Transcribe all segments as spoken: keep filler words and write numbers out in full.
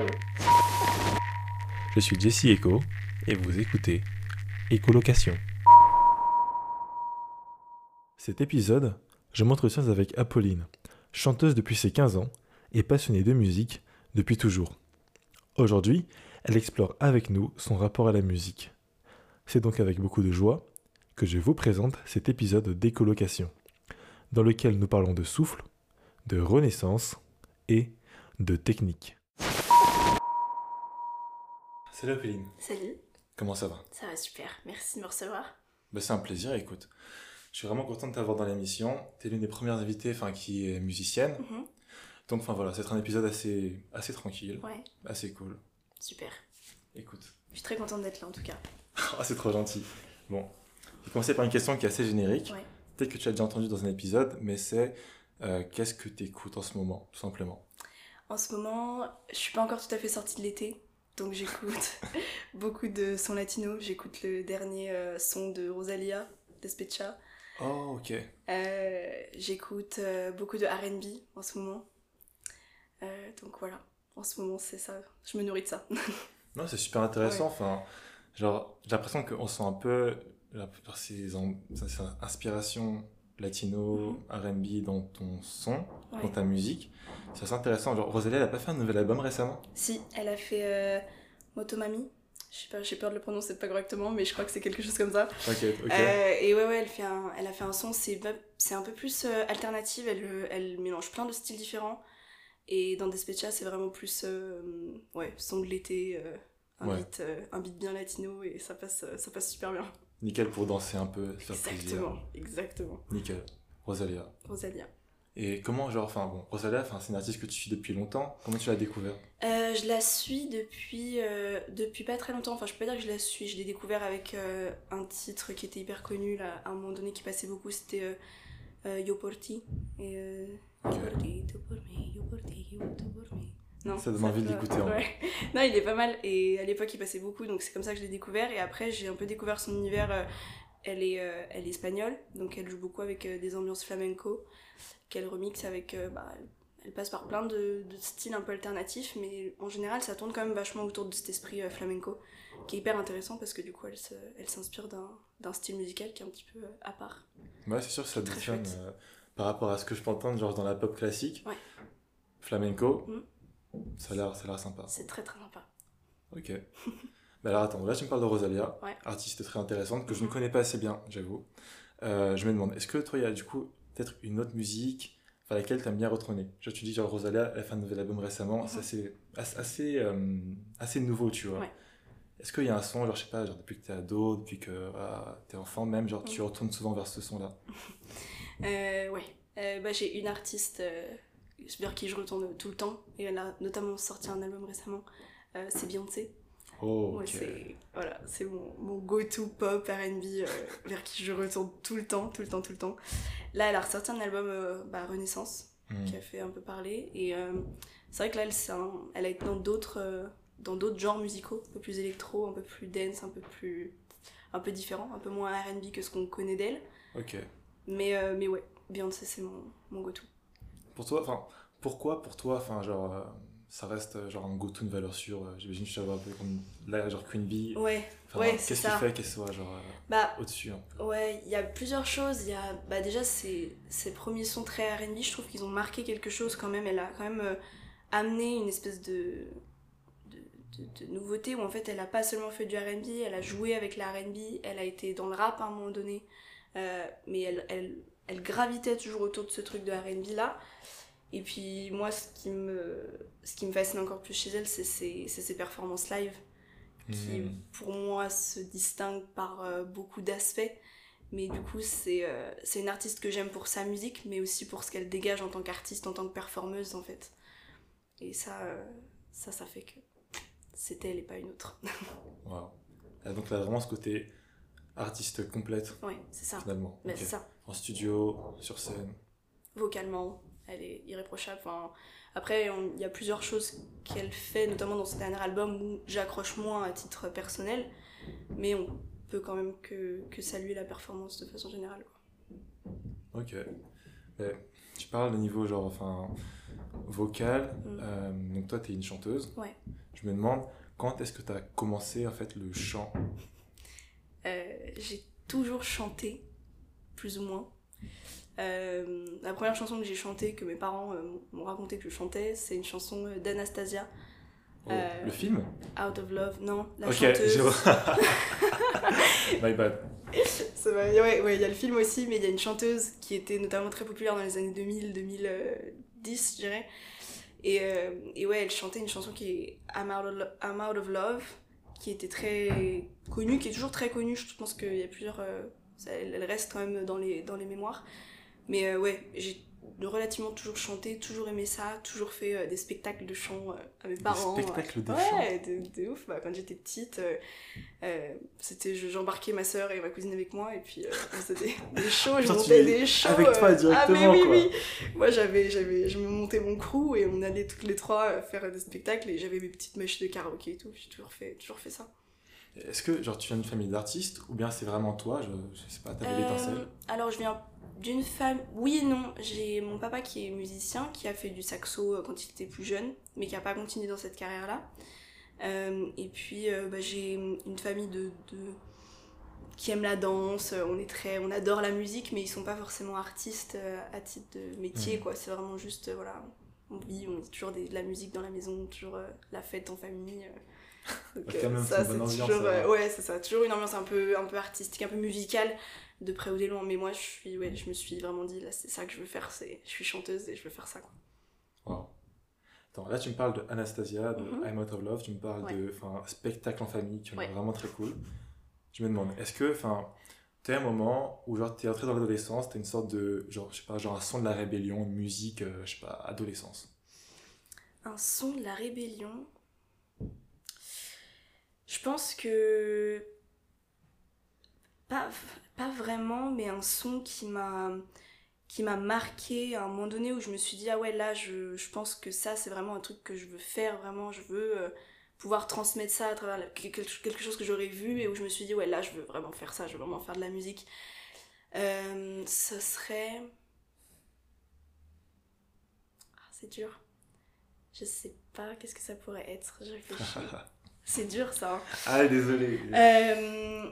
Je suis Jesse Echo et vous écoutez Écolocation. Cet épisode, je m'entretiens avec Apolline, chanteuse depuis ses quinze ans et passionnée de musique depuis toujours. Aujourd'hui, elle explore avec nous son rapport à la musique. C'est donc avec beaucoup de joie que je vous présente cet épisode d'Écolocation, dans lequel nous parlons de souffle, de renaissance et de technique. Salut Apolline. Salut. Comment ça va? Ça va super, merci de me recevoir. Bah, c'est un plaisir, écoute. Je suis vraiment content de t'avoir dans l'émission. T'es l'une des premières invitées enfin, qui est musicienne. Mm-hmm. Donc enfin, voilà, c'est un épisode assez, assez tranquille, Ouais. assez cool. Super. Écoute. Je suis très contente d'être là en tout cas. Ah, c'est trop gentil. Bon, je vais commencer par une question qui est assez générique. Ouais. Peut-être que tu l'as déjà entendu dans un épisode, mais c'est euh, qu'est-ce que tu écoutes en ce moment, tout simplement? En ce moment, je suis pas encore tout à fait sortie de l'été, donc j'écoute beaucoup de sons latinos. J'écoute le dernier euh, son de Rosalía, Despecha. Oh, ok. Euh, j'écoute euh, beaucoup de R and B en ce moment. Euh, donc voilà, en ce moment c'est ça, je me nourris de ça. Non, c'est super intéressant. Ouais. Enfin, genre, j'ai l'impression qu'on sent un peu genre, ces, en- ces inspirations latino, Mm-hmm. R and B dans ton son, Ouais. dans ta musique. C'est assez intéressant. Genre, Rosalie, elle a pas fait un nouvel album récemment? Si, elle a fait euh, Motomami. Je sais pas, j'ai peur de le prononcer pas correctement, mais je crois que c'est quelque chose comme ça. T'inquiète, ok. Euh, et ouais, ouais, elle, fait un, elle a fait un son, c'est, c'est un peu plus euh, alternative, elle, euh, elle mélange plein de styles différents. Et dans Despecha, c'est vraiment plus euh, ouais, son de l'été, euh, un, Ouais. beat, euh, un beat bien latino, et ça passe, euh, ça passe super bien. Nickel pour danser un peu, se faire plaisir. Exactement, exactement. Nickel. Rosalia. Rosalia. Et comment, genre, enfin bon, Rosalia, enfin, c'est une artiste que tu suis depuis longtemps. Comment tu l'as découvert? Euh, je la suis depuis, euh, depuis pas très longtemps, enfin je peux pas dire que je la suis, je l'ai découvert avec euh, un titre qui était hyper connu là, à un moment donné qui passait beaucoup, c'était euh, euh, Yo por ti. Et euh, Yo Ok. por ti, tú por mí, yo por ti, yo tú por mí. Non, Ça donne envie de te- l'écouter, en ouais. Non, il est pas mal, et à l'époque il passait beaucoup, donc c'est comme ça que je l'ai découvert, et après j'ai un peu découvert son univers. euh, elle, est, euh, elle est espagnole, donc elle joue beaucoup avec euh, des ambiances flamenco, qu'elle remixe avec... euh, bah, elle passe par plein de, de styles un peu alternatifs, mais en général, ça tourne quand même vachement autour de cet esprit euh, flamenco, qui est hyper intéressant parce que du coup, elle, se, elle s'inspire d'un, d'un style musical qui est un petit peu euh, à part. Ouais, c'est sûr que ça Très détonne chouette. euh, par rapport à ce que je peux entendre, genre dans la pop classique. Ouais. Flamenco, Mm. ça a l'air, ça a l'air sympa. C'est très très sympa. Ok. Bah alors attends, là tu me parles de Rosalia, Ouais. artiste très intéressante que je ne Mhm. connais pas assez bien, j'avoue. Euh, je me demande, est-ce que toi il y a du coup peut-être une autre musique à laquelle tu aimes bien retourner? Genre tu dis genre Rosalia, elle a fait un nouvel album récemment, Mhm. ça c'est assez, assez, euh, assez nouveau, tu vois. Ouais. Est-ce qu'il y a un son, genre je sais pas, genre depuis que t'es ado, depuis que euh, t'es enfant même, genre tu Mhm. retournes souvent vers ce son-là? Euh, ouais. Euh, bah, j'ai une artiste euh, vers qui je retourne tout le temps, et elle a notamment sorti un album récemment, euh, c'est Beyoncé. Oh, Ouais, ok. c'est, voilà, c'est mon, mon go-to pop R and B euh, vers qui je retourne tout le temps, tout le temps, tout le temps. Là, elle a ressorti un album euh, bah, Renaissance, Hmm. qui a fait un peu parler. Et euh, c'est vrai que là, elle, c'est un- elle a été dans d'autres, euh, dans d'autres genres musicaux, un peu plus électro, un peu plus dance, un peu plus, un peu différent, un peu moins R and B que ce qu'on connaît d'elle. Ok. Mais, euh, mais ouais, Beyoncé, c'est mon, mon go-to. Pour toi, enfin, pourquoi pour toi, enfin, genre, euh, ça reste euh, genre un go-to, une valeur sûre, euh, j'imagine que tu vas un peu comme là, genre Queen Bee. Ouais, Enfin, ouais, c'est qu'est-ce qui ça. fait qu'elle soit genre euh, Bah, au-dessus un peu? ouais, il y a plusieurs choses. Il y a, bah déjà, ces, ces premiers sons très R and B, je trouve qu'ils ont marqué quelque chose quand même. Elle a quand même euh, amené une espèce de, de, de, de nouveauté où en fait, elle a pas seulement fait du R and B, elle a joué avec la R and B, elle a été dans le rap à un moment donné, euh, mais elle, elle, elle gravitait toujours autour de ce truc de R and B là. Et puis moi, ce qui me, ce qui me fascine encore plus chez elle, c'est ses, c'est ses performances live, qui Hmm. pour moi se distingue par euh, beaucoup d'aspects, mais du coup c'est, euh, c'est une artiste que j'aime pour sa musique, mais aussi pour ce qu'elle dégage en tant qu'artiste, en tant que performeuse en fait. Et ça, euh, ça, ça fait que c'est elle et pas une autre. Wow. Ah, donc là, vraiment ce côté artiste complète, Ouais, c'est ça. finalement. Mais Ok. c'est ça. En studio, sur scène. Vocalement, elle est irréprochable. Enfin, après, il y a plusieurs choses qu'elle fait, notamment dans ce dernier album où j'accroche moins à titre personnel, mais on peut quand même que, que saluer la performance de façon générale, quoi. Ok. Mais tu parles de niveau genre, enfin, vocale. Mm. Euh, donc toi, tu es une chanteuse. Ouais. Je me demande, quand est-ce que tu as commencé en fait le chant? Euh, j'ai toujours chanté, plus ou moins. Euh, la première chanson que j'ai chantée, que mes parents euh, m'ont raconté que je chantais, c'est une chanson euh, d'Anastasia. Oh, Euh, le film? Out of Love, non, la Ok, chanteuse. j'ai- My bad. Ça va, ouais, ouais, il y a le film aussi, mais il y a une chanteuse qui était notamment très populaire dans les années deux mille, deux mille dix, je dirais. Et, euh, et ouais, elle chantait une chanson qui est I'm Out of, Lo- I'm Out of Love, qui était très connue, qui est toujours très connue. Je pense qu'il y a plusieurs. Euh, ça, elle, elle reste quand même dans les, dans les mémoires. Mais euh, ouais, j'ai relativement toujours chanté, toujours aimé ça, toujours fait euh, des spectacles de chant euh, à mes parents. Des spectacles de ouais, chant? Ouais, de, de ouf. Bah, quand j'étais petite, euh, euh, c'était, je- j'embarquais ma soeur et ma cousine avec moi, et puis euh, on faisait des, des shows, je Putain, tu montais es des shows. avec toi euh, directement, ah, mais oui, quoi. oui. Moi, j'avais, j'avais, je me montais mon crew et on allait toutes les trois euh, faire des spectacles, et j'avais mes petites machines de karaoké et tout. J'ai toujours fait, toujours fait ça. Est-ce que genre, tu viens d'une famille d'artistes ou bien c'est vraiment toi? Je, je sais pas, t'avais l'étincelle? Euh, alors, je viens d'une femme. Oui et non. J'ai mon papa qui est musicien, qui a fait du saxo euh, quand il était plus jeune, mais qui n'a pas continué dans cette carrière-là. Euh, et puis, euh, bah, j'ai une famille de, de... qui aime la danse. On est très, on adore la musique, mais ils sont pas forcément artistes euh, à titre de métier, Mmh. quoi. C'est vraiment juste, euh, voilà, on vit, on met toujours des- de la musique dans la maison, toujours euh, la fête en famille. euh. Donc, Ouais, quand même, ça, c'est une c'est bonne ambiance, toujours, ça va. euh, ouais, c'est ça, toujours une ambiance un peu, un peu artistique, un peu musicale, de près ou de loin. Mais moi, je suis, ouais, je me suis vraiment dit, là, c'est ça que je veux faire. C'est, je suis chanteuse et je veux faire ça, quoi. Wow. Attends, là tu me parles de Anastasia, de Mhm. I'm Out of Love, tu me parles Ouais. de enfin, spectacle en famille qui ont l'air Ouais. vraiment très cool. Je me demande, est-ce que enfin, t'as un moment où genre t'es entré dans l'adolescence, t'as une sorte de genre je sais pas genre un son de la rébellion, une musique, euh, je sais pas, adolescence. Un son de la rébellion. Je pense que pas, pas vraiment, mais un son qui m'a qui m'a marqué à un moment donné où je me suis dit ah ouais là je, je pense que ça c'est vraiment un truc que je veux faire, vraiment je veux euh, pouvoir transmettre ça à travers la- quelque, quelque chose que j'aurais vu, et où je me suis dit ouais là je veux vraiment faire ça, je veux vraiment faire de la musique. Euh, ce serait... Ah, c'est dur. Je sais pas qu'est-ce que ça pourrait être, je réfléchis. C'est dur ça. Hein. Ah désolé. Euh,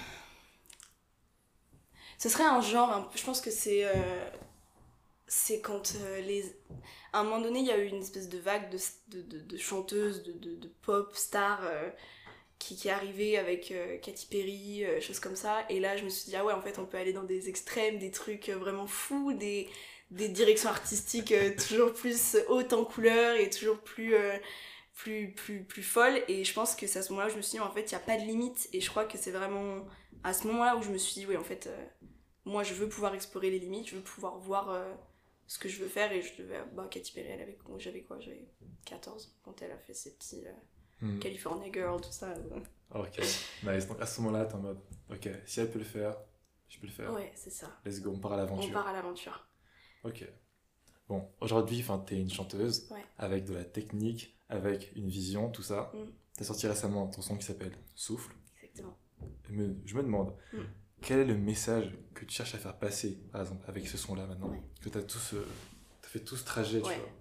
Ce serait un genre, un peu- je pense que c'est euh, c'est quand euh, les... à un moment donné il y a eu une espèce de vague de, de, de, de chanteuses, de, de, de pop stars euh, qui, qui est arrivée avec euh, Katy Perry, euh, choses comme ça, et là je me suis dit ah ouais en fait on peut aller dans des extrêmes, des trucs euh, vraiment fous, des, des directions artistiques euh, toujours plus hautes en couleurs et toujours plus... Euh, plus, plus, plus folles, et je pense que c'est à ce moment-là où je me suis dit en fait il n'y a pas de limite, et je crois que c'est vraiment à ce moment-là où je me suis dit oui en fait euh, moi je veux pouvoir explorer les limites, je veux pouvoir voir euh, ce que je veux faire, et je devais... Bah Katy Perry elle avait... j'avais quoi, j'avais quatorze quand elle a fait ses petits euh, Hmm. California Girl, tout ça. euh. Ok, nice. Donc à ce moment-là, t'es en mode, ok, si elle peut le faire, je peux le faire. Ouais c'est ça, Let's go, on part à on l'aventure. part à l'aventure. Ok. Bon, aujourd'hui, enfin, t'es une chanteuse Ouais. avec de la technique, avec une vision, tout ça. Mm. T'as sorti récemment ton son qui s'appelle Souffle. Exactement. Et me- je me demande, Mm. quel est le message que tu cherches à faire passer, par exemple, avec ce son-là maintenant, Ouais. que t'as tout ce, t'as fait tout ce trajet, tu Ouais. vois.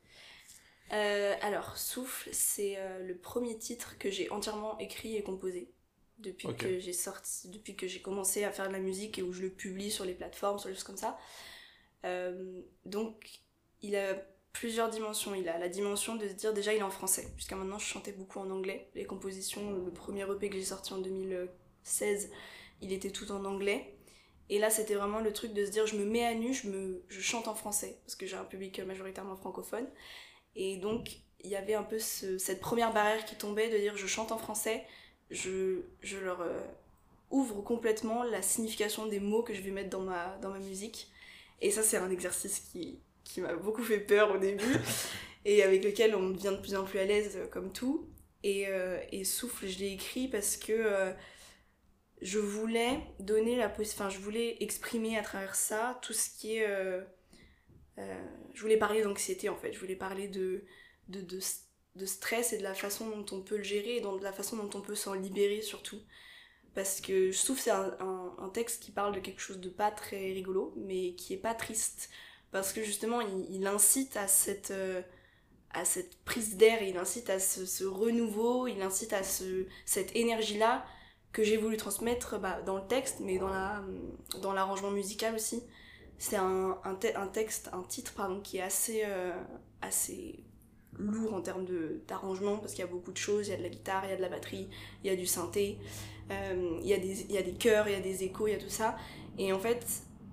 Euh, alors, Souffle, c'est euh, le premier titre que j'ai entièrement écrit et composé depuis Ok. que j'ai sorti, depuis que j'ai commencé à faire de la musique et où je le publie sur les plateformes, sur les choses comme ça. Euh, donc, il a plusieurs dimensions. Il a la dimension de se dire déjà il est en français. Jusqu'à maintenant, je chantais beaucoup en anglais. Les compositions, le premier E P que j'ai sorti en deux mille seize, il était tout en anglais. Et là, c'était vraiment le truc de se dire je me mets à nu, je, me, je chante en français parce que j'ai un public majoritairement francophone. Et donc, il y avait un peu ce, cette première barrière qui tombait de dire je chante en français, je, je leur euh, ouvre complètement la signification des mots que je vais mettre dans ma, dans ma musique. Et ça, c'est un exercice qui, qui m'a beaucoup fait peur au début et avec lequel on devient de plus en plus à l'aise, euh, comme tout. Et, euh, et Souffle, je l'ai écrit parce que euh, je voulais donner la possi- enfin, je voulais exprimer à travers ça tout ce qui est... Euh, euh, je voulais parler d'anxiété en fait, je voulais parler de, de, de, de stress et de la façon dont on peut le gérer et de la façon dont on peut s'en libérer surtout. Parce que je trouve que c'est un, un, un texte qui parle de quelque chose de pas très rigolo, mais qui est pas triste. parce que justement il, il incite à cette, euh, à cette prise d'air, il incite à ce, ce renouveau, il incite à ce, cette énergie-là que j'ai voulu transmettre bah, dans le texte, mais dans, la, dans l'arrangement musical aussi. C'est un, un, te- un texte, un titre pardon, qui est assez, euh, assez lourd en termes de, d'arrangement, parce qu'il y a beaucoup de choses, il y a de la guitare, il y a de la batterie, il y a du synthé, euh, il y a des, il y a des chœurs, il y a des échos, il y a tout ça. Et en fait,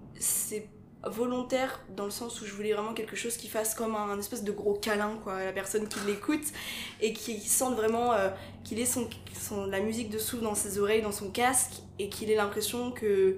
c'est volontaire dans le sens où je voulais vraiment quelque chose qui fasse comme un, un espèce de gros câlin quoi, à la personne qui l'écoute et qui sente vraiment euh, qu'il ait son, son, la musique de souffle dans ses oreilles, dans son casque, et qu'il ait l'impression que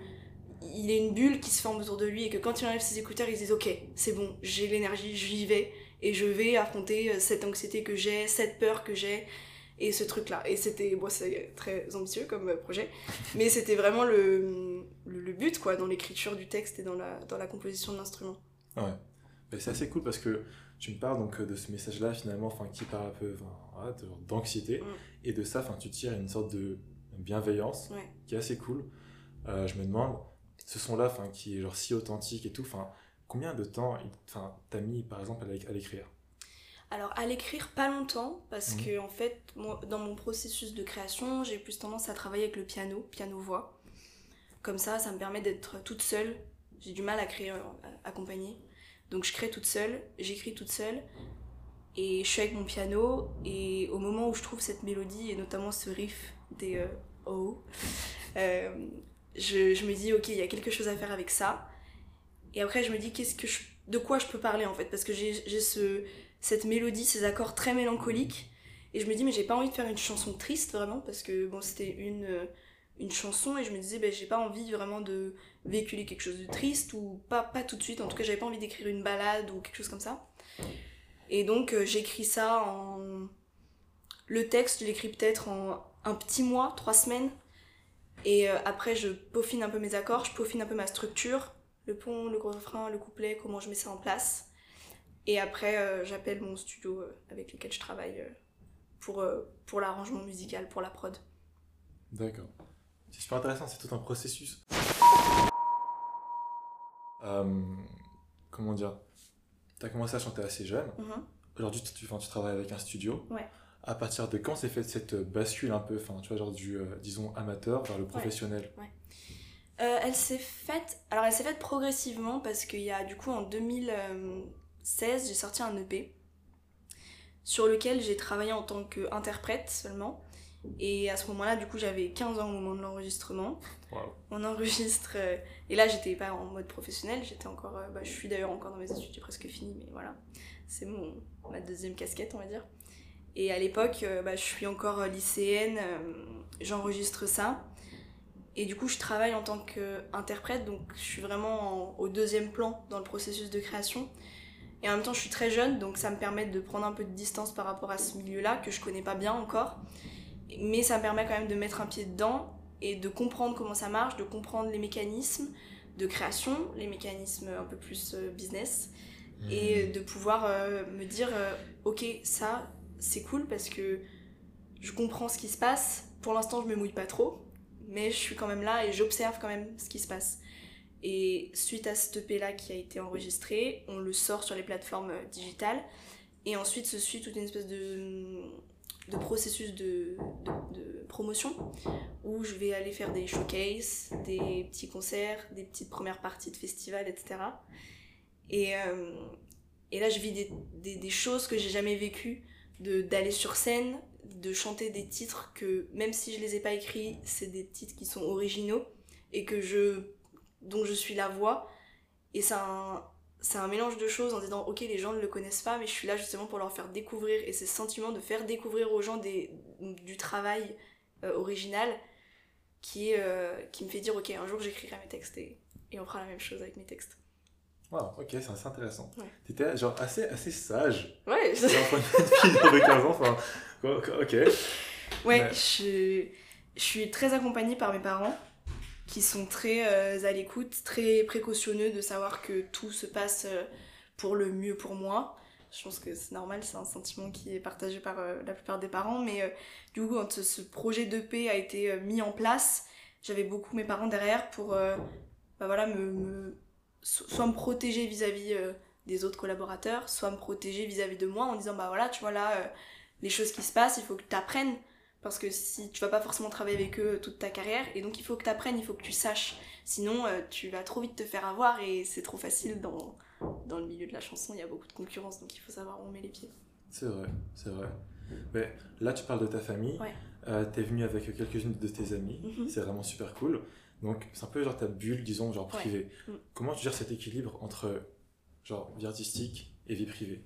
il est une bulle qui se forme autour de lui et que quand il enlève ses écouteurs, il se dit ok, c'est bon, j'ai l'énergie, j'y vais et je vais affronter cette anxiété que j'ai, cette peur que j'ai et ce truc là. Et c'était, bon, c'est très ambitieux comme projet, mais c'était vraiment le, le, le but quoi, dans l'écriture du texte et dans la, dans la composition de l'instrument. Ouais, mais c'est assez cool parce que tu me parles donc de ce message là finalement, enfin, qui parle un peu enfin, d'anxiété, mm. et de ça tu tires une sorte de bienveillance, ouais. qui est assez cool. Euh, je me demande, ce son là qui est genre si authentique et tout, combien de temps t'as mis par exemple à l'écrire? Alors à l'écrire pas longtemps parce mmh. que en fait moi, dans mon processus de création j'ai plus tendance à travailler avec le piano, piano-voix. Comme ça, ça me permet d'être toute seule. J'ai du mal à créer euh, accompagnée. Donc je crée toute seule, j'écris toute seule et je suis avec mon piano et au moment où je trouve cette mélodie et notamment ce riff des euh, oh, euh, je, je me dis ok, il y a quelque chose à faire avec ça. Et après je me dis qu'est-ce que je, de quoi je peux parler en fait, parce que j'ai, j'ai ce cette mélodie, ces accords très mélancoliques, et je me dis mais j'ai pas envie de faire une chanson triste vraiment, parce que bon c'était une, une chanson et je me disais ben j'ai pas envie vraiment de véhiculer quelque chose de triste, ou pas, pas tout de suite, en tout cas j'avais pas envie d'écrire une ballade ou quelque chose comme ça. Et donc euh, j'écris ça en... Le texte je l'écris peut-être en un petit mois, trois semaines, et euh, après je peaufine un peu mes accords, je peaufine un peu ma structure, le pont, le gros refrain, le couplet, comment je mets ça en place. Et après, euh, j'appelle mon studio euh, avec lequel je travaille euh, pour, euh, pour l'arrangement musical, pour la prod. D'accord. C'est super intéressant, c'est tout un processus. Euh, comment dire, tu as commencé à chanter assez jeune. Mm-hmm. Aujourd'hui, tu, tu, tu travailles avec un studio. Ouais. À partir de quand s'est faite cette bascule un peu, enfin, tu vois, genre du, euh, disons, amateur vers le professionnel? Ouais. ouais. Euh, elle s'est faite... Alors, elle s'est faite progressivement parce qu'il y a, du coup, en deux mille seize, j'ai sorti un E P sur lequel j'ai travaillé en tant qu'interprète seulement. Et à ce moment-là, du coup, j'avais quinze ans au moment de l'enregistrement. Wow. On enregistre... Euh, et là, j'étais pas en mode professionnel, j'étais encore... Euh, bah, je suis d'ailleurs encore dans mes études, j'ai presque fini, mais voilà. C'est mon, ma deuxième casquette, on va dire. Et à l'époque, euh, bah, je suis encore lycéenne, euh, j'enregistre ça. Et du coup, je travaille en tant qu'interprète, donc je suis vraiment en, au deuxième plan dans le processus de création. Et en même temps, je suis très jeune, donc ça me permet de prendre un peu de distance par rapport à ce milieu-là, que je connais pas bien encore. Mais ça me permet quand même de mettre un pied dedans et de comprendre comment ça marche, de comprendre les mécanismes de création, les mécanismes un peu plus business, mmh. et de pouvoir euh, me dire euh, ok, ça c'est cool parce que je comprends ce qui se passe. Pour l'instant, je me mouille pas trop, mais je suis quand même là et j'observe quand même ce qui se passe. Et suite à cet E P là qui a été enregistré, on le sort sur les plateformes digitales et ensuite se suit toute une espèce de, de processus de, de, de promotion où je vais aller faire des showcases, des petits concerts, des petites premières parties de festivals, et cetera. Et, euh, et là je vis des, des, des choses que j'ai jamais vécues, de, d'aller sur scène, de chanter des titres que même si je les ai pas écrits, c'est des titres qui sont originaux et que je... dont je suis la voix, et c'est un, c'est un mélange de choses en disant ok, les gens ne le connaissent pas mais je suis là justement pour leur faire découvrir, et c'est ce sentiment de faire découvrir aux gens des, du travail euh, original qui, est, euh, qui me fait dire ok, un jour j'écrirai mes textes et, et on fera la même chose avec mes textes. Wow, ok, c'est assez intéressant. Ouais. T'étais genre assez, assez sage. Ouais, je... genre, une fille de quinze ans, enfin, ok. Ouais, Mais... je, je suis très accompagnée par mes parents qui sont très euh, à l'écoute, très précautionneux de savoir que tout se passe euh, pour le mieux pour moi. Je pense que c'est normal, c'est un sentiment qui est partagé par euh, la plupart des parents, mais euh, du coup quand ce projet d'E P a été euh, mis en place, j'avais beaucoup mes parents derrière pour euh, bah voilà, me, me so- soit me protéger vis-à-vis euh, des autres collaborateurs, soit me protéger vis-à-vis de moi en disant bah voilà, tu vois là, euh, les choses qui se passent, il faut que tu apprennes. Parce que si tu vas pas forcément travailler avec eux toute ta carrière, et donc il faut que tu apprennes, il faut que tu saches. Sinon, euh, tu vas trop vite te faire avoir et c'est trop facile dans, dans le milieu de la chanson, il y a beaucoup de concurrence, donc il faut savoir où on met les pieds. C'est vrai, c'est vrai. Mais là, tu parles de ta famille. Ouais. Euh, t'es venu avec quelques-unes de tes amis. Mhm. C'est vraiment super cool. Donc, c'est un peu genre ta bulle, disons, genre privée. Ouais. Mm. Comment tu gères cet équilibre entre genre vie artistique et vie privée?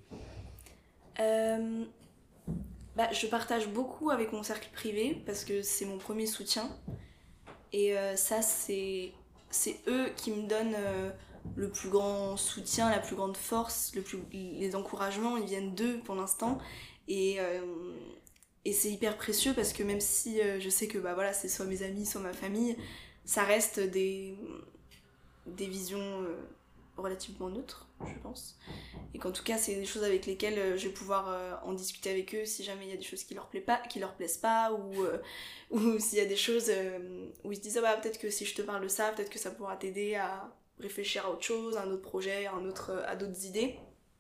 Euh, bah, je partage beaucoup avec mon cercle privé parce que c'est mon premier soutien. Et euh, ça, c'est, c'est eux qui me donnent euh, le plus grand soutien, la plus grande force, le plus, les encouragements, ils viennent d'eux pour l'instant. Et, euh, et c'est hyper précieux parce que même si euh, je sais que bah, voilà, c'est soit mes amis, soit ma famille, ça reste des, des visions euh, relativement neutres, je pense. Et qu'en tout cas, c'est des choses avec lesquelles euh, je vais pouvoir euh, en discuter avec eux si jamais il y a des choses qui leur, plaît pas, qui leur plaisent pas, ou, euh, ou s'il y a des choses euh, où ils se disent ah bah peut-être que si je te parle de ça, peut-être que ça pourra t'aider à réfléchir à autre chose, à un autre projet, à, un autre, à d'autres idées.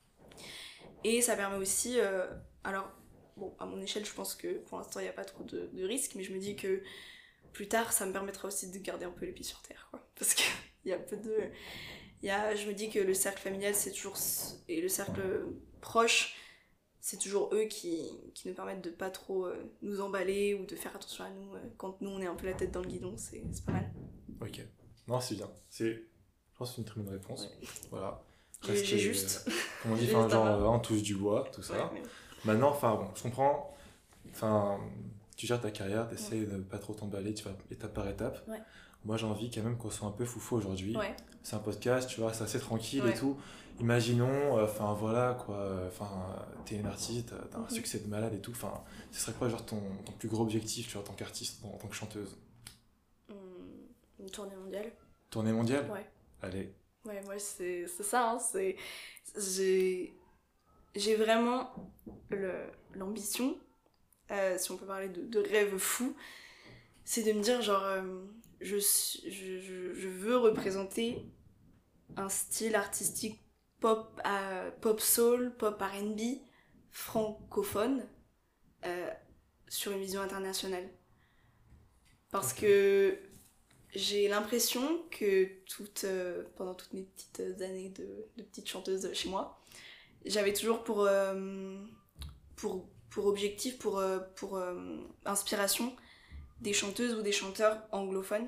Et ça permet aussi, euh, alors bon, à mon échelle, je pense que pour l'instant il n'y a pas trop de, de risques, mais je me dis que plus tard, ça me permettra aussi de garder un peu les pieds sur terre, quoi. Parce qu'il y a un peu de... Il y a, je me dis que le cercle familial, c'est toujours... Et le cercle proche, c'est toujours eux qui, qui nous permettent de pas trop euh, nous emballer ou de faire attention à nous. Euh, quand nous, on est un peu la tête dans le guidon, c'est, c'est pas mal. Ok. Non, c'est bien. C'est, je pense que c'est une très bonne réponse. Ouais. Voilà. J'ai, j'ai juste... Euh, comme on dit, enfin, genre, euh, on touche du bois, tout ça. Ouais, mais... Maintenant, enfin, bon, je comprends. Enfin, tu gères ta carrière, tu essaies ouais. de pas trop t'emballer, tu vas étape par étape. Ouais. Moi, j'ai envie quand même qu'on soit un peu foufou aujourd'hui. Ouais. C'est un podcast, tu vois, c'est assez tranquille ouais. et tout. Imaginons, enfin euh, voilà quoi, enfin euh, t'es une artiste, t'as, t'as un mm-hmm. succès de malade et tout. Enfin, ce serait quoi genre ton, ton plus gros objectif, tu vois, en tant qu'artiste, en, en tant que chanteuse? mmh, Une tournée mondiale. Tournée mondiale? Ouais. Allez. Ouais, moi c'est, c'est ça, hein, c'est... J'ai, j'ai vraiment le, l'ambition, euh, si on peut parler de, de rêve fou, c'est de me dire genre... Euh, Je, je, je veux représenter un style artistique pop, euh, pop soul, pop R and B, francophone, euh, sur une vision internationale. Parce okay. que j'ai l'impression que toute, euh, pendant toutes mes petites années de, de petite chanteuse chez moi, j'avais toujours pour, euh, pour, pour objectif, pour, euh, pour euh, inspiration, des chanteuses ou des chanteurs anglophones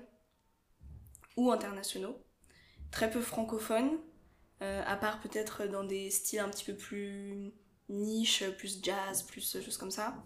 ou internationaux, très peu francophones, euh, à part peut-être dans des styles un petit peu plus niche, plus jazz, plus choses comme ça.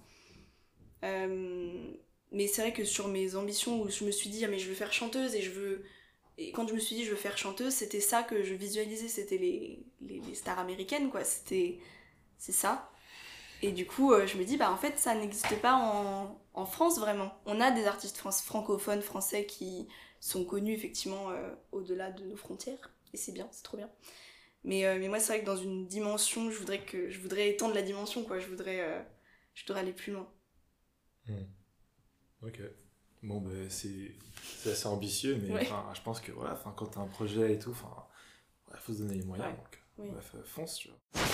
Euh, mais c'est vrai que sur mes ambitions où je me suis dit ah mais je veux faire chanteuse et je veux... Et quand je me suis dit je veux faire chanteuse, c'était ça que je visualisais, c'était les, les, les stars américaines, quoi. C'était... C'est ça. Et du coup, euh, je me dis, bah en fait, ça n'existe pas en, en France, vraiment. On a des artistes fran- francophones, français, qui sont connus, effectivement, euh, au-delà de nos frontières. Et c'est bien, c'est trop bien. Mais, euh, mais moi, c'est vrai que dans une dimension, je voudrais, que, je voudrais étendre la dimension, quoi. Je voudrais, euh, je voudrais aller plus loin. Mmh. Ok. Bon, ben, c'est, c'est assez ambitieux, mais ouais. Je pense que, voilà, quand t'as un projet et tout, il faut se donner les moyens. Ouais. Donc, oui. Bref, fonce, tu vois.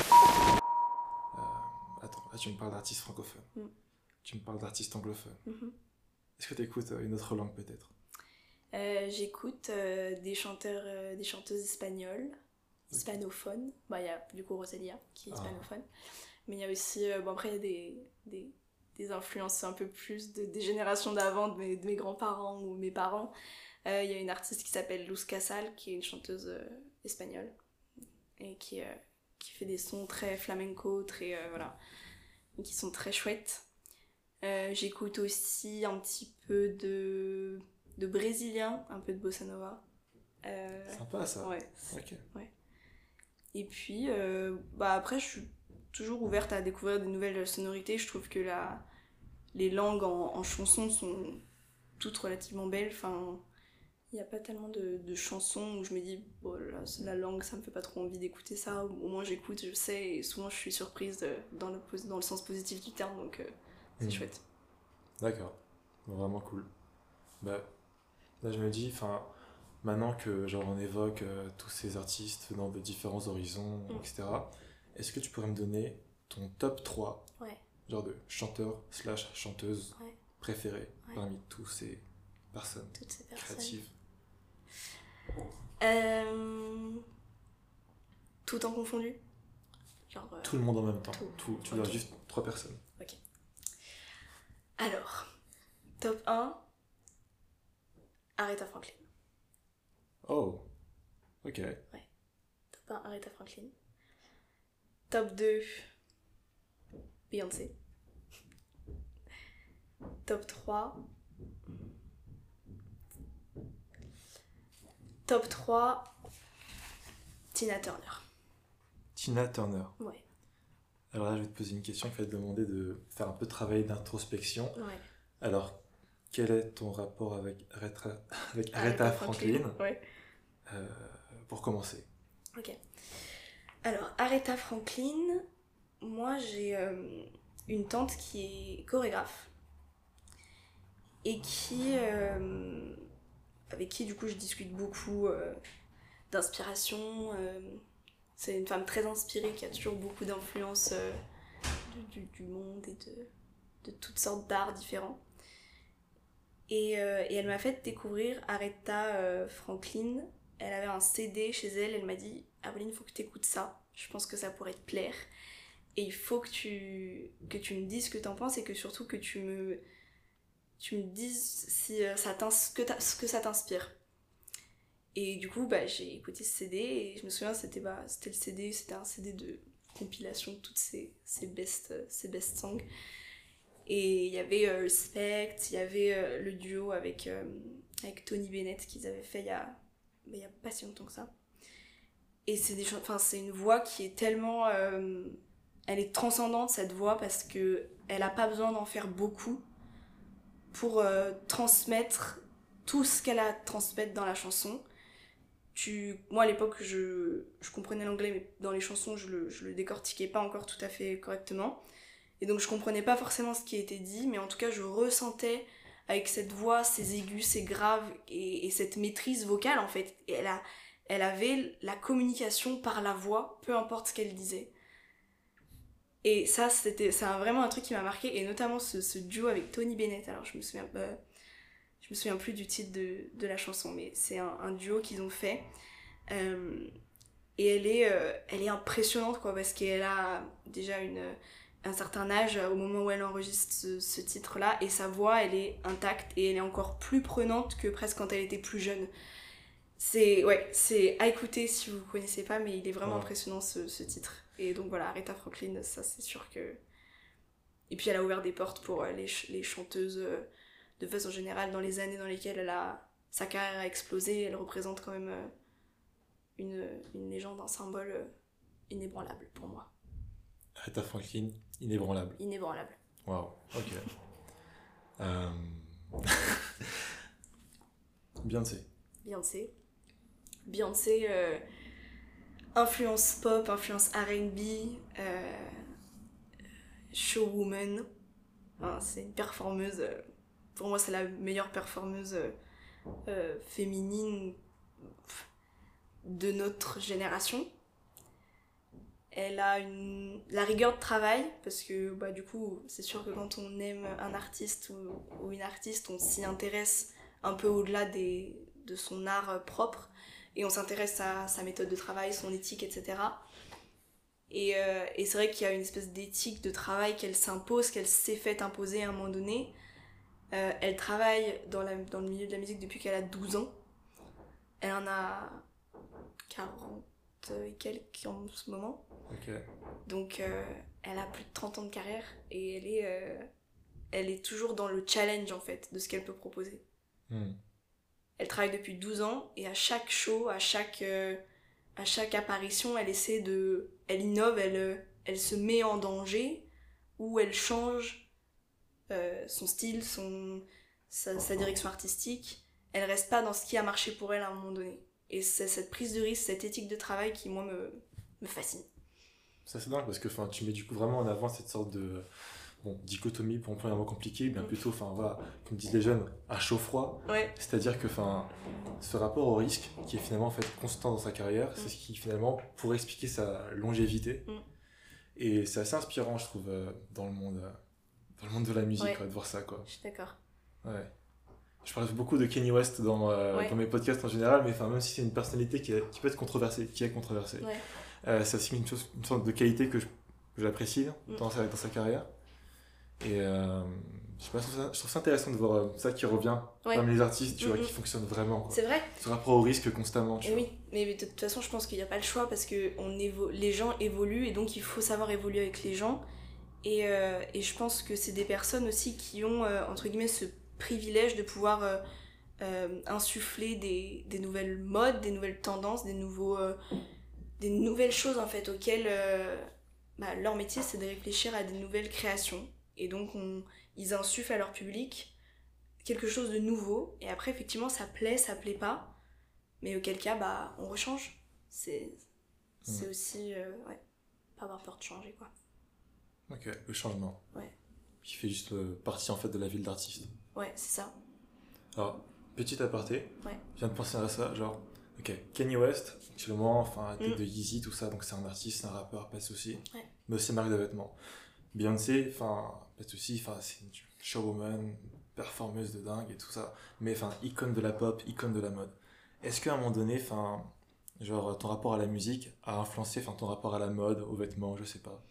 Euh, Attends, là tu me parles d'artistes francophones, mm. tu me parles d'artistes anglophones. Mm-hmm. Est-ce que tu écoutes une autre langue peut-être? euh, J'écoute euh, des chanteurs, euh, des chanteuses espagnoles, okay. hispanophones. Bah, il y a du coup Rosalia qui est hispanophone, ah. mais il y a aussi, euh, bon après il y a des, des, des influences un peu plus de, des générations d'avant, de mes, de mes grands-parents ou mes parents. Il euh, y a une artiste qui s'appelle Luz Casal, qui est une chanteuse euh, espagnole, et qui est... Euh, qui fait des sons très flamenco, très euh, voilà, qui sont très chouettes. Euh, j'écoute aussi un petit peu de, de brésilien, un peu de bossa nova. Euh, Sympa ça. Ouais. Okay. Ouais. Et puis, euh, bah après, je suis toujours ouverte à découvrir des nouvelles sonorités. Je trouve que la, les langues en, en chansons sont toutes relativement belles. Enfin, il n'y a pas tellement de, de chansons où je me dis bon, la, la langue ça me fait pas trop envie d'écouter ça, au moins j'écoute, je sais, et souvent je suis surprise de, dans, le, dans le sens positif du terme, donc euh, c'est mmh. chouette. D'accord, vraiment cool. Bah, là je me dis, enfin, maintenant que genre on évoque euh, tous ces artistes venant de différents horizons, Mm. et cetera, est-ce que tu pourrais me donner ton top trois Ouais. genre de chanteurs slash chanteuses Ouais. préférés Ouais. parmi tous ces personnes Toutes ces personnes. créatives? Euh... Tout en confondu. Genre. euh, Tout le monde en même temps. tout. Tout, tu Ok. dois juste trois personnes. Alors, top un, Aretha Franklin. Oh, ok. Top un, Aretha Franklin. Top deux, Beyoncé. Top trois. Top trois, Tina Turner. Tina Turner. Ouais. Alors là, je vais te poser une question qui va te demander de faire un peu de travail d'introspection. Ouais. Alors, quel est ton rapport avec Aretha, avec Aretha Franklin, Ouais. euh, pour commencer? Ok. Alors, Aretha Franklin, moi j'ai euh, une tante qui est chorégraphe et qui, euh, avec qui du coup je discute beaucoup euh, d'inspiration. euh, c'est une femme très inspirée qui a toujours beaucoup d'influence euh, du, du- du monde et de, de toutes sortes d'arts différents. Et, euh, et elle m'a fait découvrir Aretha euh, Franklin. Elle avait un C D chez elle, elle m'a dit « Apolline, il faut que tu écoutes ça, je pense que ça pourrait te plaire. Et il faut que tu, que tu me dises ce que t'en penses et que surtout que tu me, tu me dises si euh, ça t'ins- ce que, t'as- ce que ça t'inspire. » Et du coup, bah, j'ai écouté ce C D et je me souviens, c'était bah, c'était le C D, c'était un C D de compilation de toutes ces, ces, best, ces best songs. Et il y avait euh, Respect, il y avait euh, le duo avec, euh, avec Tony Bennett qu'ils avaient fait il y a, bah, il y a pas si longtemps que ça. Et c'est, des, enfin, c'est une voix qui est tellement... Euh, elle est transcendante, cette voix, parce que elle a pas besoin d'en faire beaucoup pour euh, transmettre tout ce qu'elle a à transmettre dans la chanson. Tu... Moi, à l'époque, je, je comprenais l'anglais, mais dans les chansons, je le, je le décortiquais pas encore tout à fait correctement. Et donc, je comprenais pas forcément ce qui était dit, mais en tout cas, je ressentais avec cette voix, ces aigus, ces graves, et, et cette maîtrise vocale, en fait. Et elle, a, elle avait la communication par la voix, peu importe ce qu'elle disait. Et ça, c'était, c'est un- vraiment un truc qui m'a marqué, et notamment ce, ce duo avec Tony Bennett. Alors, je me souviens, euh, je me souviens plus du titre de, de la chanson, mais c'est un, un duo qu'ils ont fait. Euh, et elle est, euh, elle est impressionnante, quoi, parce qu'elle a déjà une, un certain âge au moment où elle enregistre ce, ce titre-là, et sa voix, elle est intacte, et elle est encore plus prenante que presque quand elle était plus jeune. C'est, ouais, c'est à écouter si vous ne connaissez pas, mais il est vraiment Ouais. impressionnant ce, ce titre. Et donc voilà, Aretha Franklin, ça c'est sûr que... Et puis elle a ouvert des portes pour euh, les, ch- les chanteuses euh, de façon générale dans les années dans lesquelles elle a, sa carrière a explosé. Elle représente quand même euh, une, une légende, un symbole euh, inébranlable pour moi. Aretha Franklin, inébranlable. Inébranlable. Waouh, ok. Euh... Beyoncé. Beyoncé. Beyoncé, euh, influence pop, influence R and B, euh, showwoman. Enfin, c'est une performeuse. euh, pour moi, c'est la meilleure performeuse euh, euh, féminine de notre génération. Elle a une, la rigueur de travail, parce que bah, du coup, c'est sûr que quand on aime un artiste ou, ou une artiste, on s'y intéresse un peu au-delà des, de son art propre, et on s'intéresse à sa méthode de travail, son éthique, et cetera. Et, euh, et c'est vrai qu'il y a une espèce d'éthique de travail qu'elle s'impose, qu'elle s'est fait imposer à un moment donné. Euh, elle travaille dans, la, dans le milieu de la musique depuis qu'elle a douze ans. Elle en a quarante et quelques en ce moment. Ok. Donc euh, elle a plus de trente ans de carrière et elle est, euh, elle est toujours dans le challenge en fait de ce qu'elle peut proposer. Hmm. Elle travaille depuis douze ans et à chaque show, à chaque, euh, à chaque apparition, elle essaie de... Elle innove, elle, elle se met en danger ou elle change euh, son style, son, sa, sa direction artistique. Elle reste pas dans ce qui a marché pour elle à un moment donné. Et c'est cette prise de risque, cette éthique de travail qui, moi, me, me fascine. Ça c'est dingue parce que enfin, tu mets du coup vraiment en avant cette sorte de, bon, dichotomie pour employer un mot compliqué, bien plutôt, enfin voilà, comme disent les jeunes, à chaud-froid. Ouais. C'est-à-dire que enfin, ce rapport au risque, qui est finalement en fait constant dans sa carrière, mm. c'est ce qui finalement pourrait expliquer sa longévité. Mm. Et c'est assez inspirant, je trouve, euh, dans le monde, euh, dans le monde de la musique, ouais. quoi, de voir ça, quoi. Je suis d'accord. Ouais. Je parle beaucoup de Kanye West dans, euh, ouais. dans mes podcasts en général, mais même si c'est une personnalité qui, est, qui peut être controversée, qui est controversée, ouais. euh, c'est aussi une, chose, une sorte de qualité que, je, que j'apprécie mm. dans, sa, dans sa carrière. Et euh, je, sais pas, je, trouve ça, je trouve ça intéressant de voir euh, ça qui revient ouais. parmi les artistes, tu mm-hmm. vois, qui fonctionnent vraiment. Quoi. C'est vrai. Ce rapport au risque constamment. Tu et vois. Oui, mais de toute façon, je pense qu'il n'y a pas le choix parce que on évo- les gens évoluent et donc il faut savoir évoluer avec les gens. Et, euh, et je pense que c'est des personnes aussi qui ont, euh, entre guillemets, ce privilège de pouvoir euh, euh, insuffler des, des nouvelles modes, des nouvelles tendances, des, nouveaux, euh, des nouvelles choses en fait auxquelles euh, bah, leur métier c'est de réfléchir à des nouvelles créations. Et donc, on, ils insufflent à leur public quelque chose de nouveau. Et après, effectivement, ça plaît, ça plaît pas. Mais auquel cas, bah, on rechange. C'est, c'est mmh. aussi, euh, ouais, pas avoir peur de changer, quoi. Ok, le changement. Ouais. Qui fait juste euh, partie, en fait, de la vie de l'artiste. Ouais, c'est ça. Alors, petit aparté. Ouais. Je viens de penser à ça, genre, ok, Kanye West, actuellement, enfin, la tête mmh. de Yeezy, tout ça, donc c'est un artiste, c'est un rappeur, pas de souci. Ouais. Mais aussi marque de vêtements. Beyoncé, enfin, pas de soucis, enfin, c'est une showwoman, performeuse de dingue et tout ça, mais enfin, icône de la pop, icône de la mode. Est-ce qu'à un moment donné, enfin, genre, ton rapport à la musique a influencé, enfin, ton rapport à la mode, aux vêtements, je sais pas?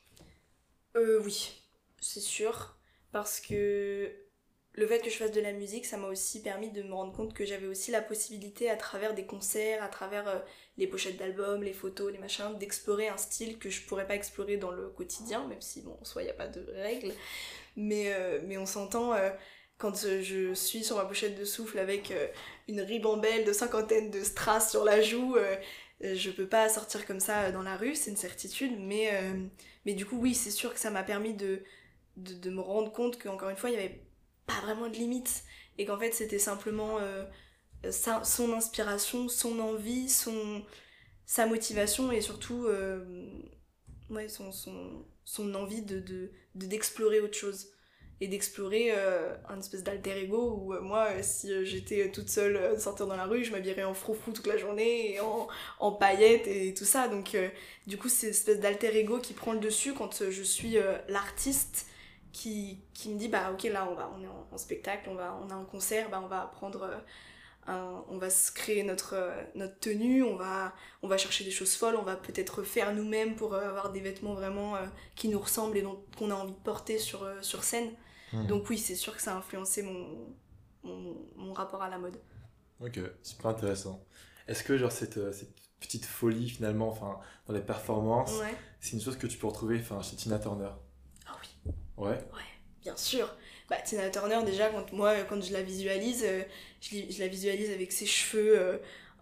Euh, oui, c'est sûr, parce que le fait que je fasse de la musique, ça m'a aussi permis de me rendre compte que j'avais aussi la possibilité, à travers des concerts, à travers euh, les pochettes d'albums, les photos, les machins, d'explorer un style que je pourrais pas explorer dans le quotidien, même si, bon, en soi, il n'y a pas de règles. Mais, euh, mais on s'entend, euh, quand euh, je suis sur ma pochette de Souffle avec euh, une ribambelle de cinquantaine de strass sur la joue, euh, je peux pas sortir comme ça dans la rue, c'est une certitude. Mais, euh, mais du coup, oui, c'est sûr que ça m'a permis de, de, de me rendre compte qu'encore une fois, il y avait pas vraiment de limite et qu'en fait c'était simplement euh, sa, son inspiration, son envie, son, sa motivation et surtout euh, ouais, son, son, son envie de, de, de, d'explorer autre chose et d'explorer euh, un espèce d'alter ego où euh, moi euh, si euh, j'étais toute seule euh, sortir dans la rue, je m'habillerais en froufrou toute la journée et en, en paillettes et tout ça, donc euh, du coup c'est une espèce d'alter ego qui prend le dessus quand euh, je suis euh, l'artiste Qui, qui me dit bah ok là on va on est en, en spectacle, on va on a un concert, bah on va prendre euh, un, on va se créer notre euh, notre tenue, on va on va chercher des choses folles, on va peut-être faire nous-mêmes pour euh, avoir des vêtements vraiment euh, qui nous ressemblent et donc qu'on a envie de porter sur euh, sur scène. Mmh. Donc oui, c'est sûr que ça a influencé mon mon, mon rapport à la mode. Ok, super intéressant. Est-ce que genre cette euh, cette petite folie finalement, enfin dans les performances, ouais. c'est une chose que tu peux retrouver enfin chez Tina Turner? Ah oui. Ouais. Ouais, bien sûr. Bah, Tina Turner, déjà, quand, moi, quand je la visualise, euh, je, je la visualise avec ses cheveux euh,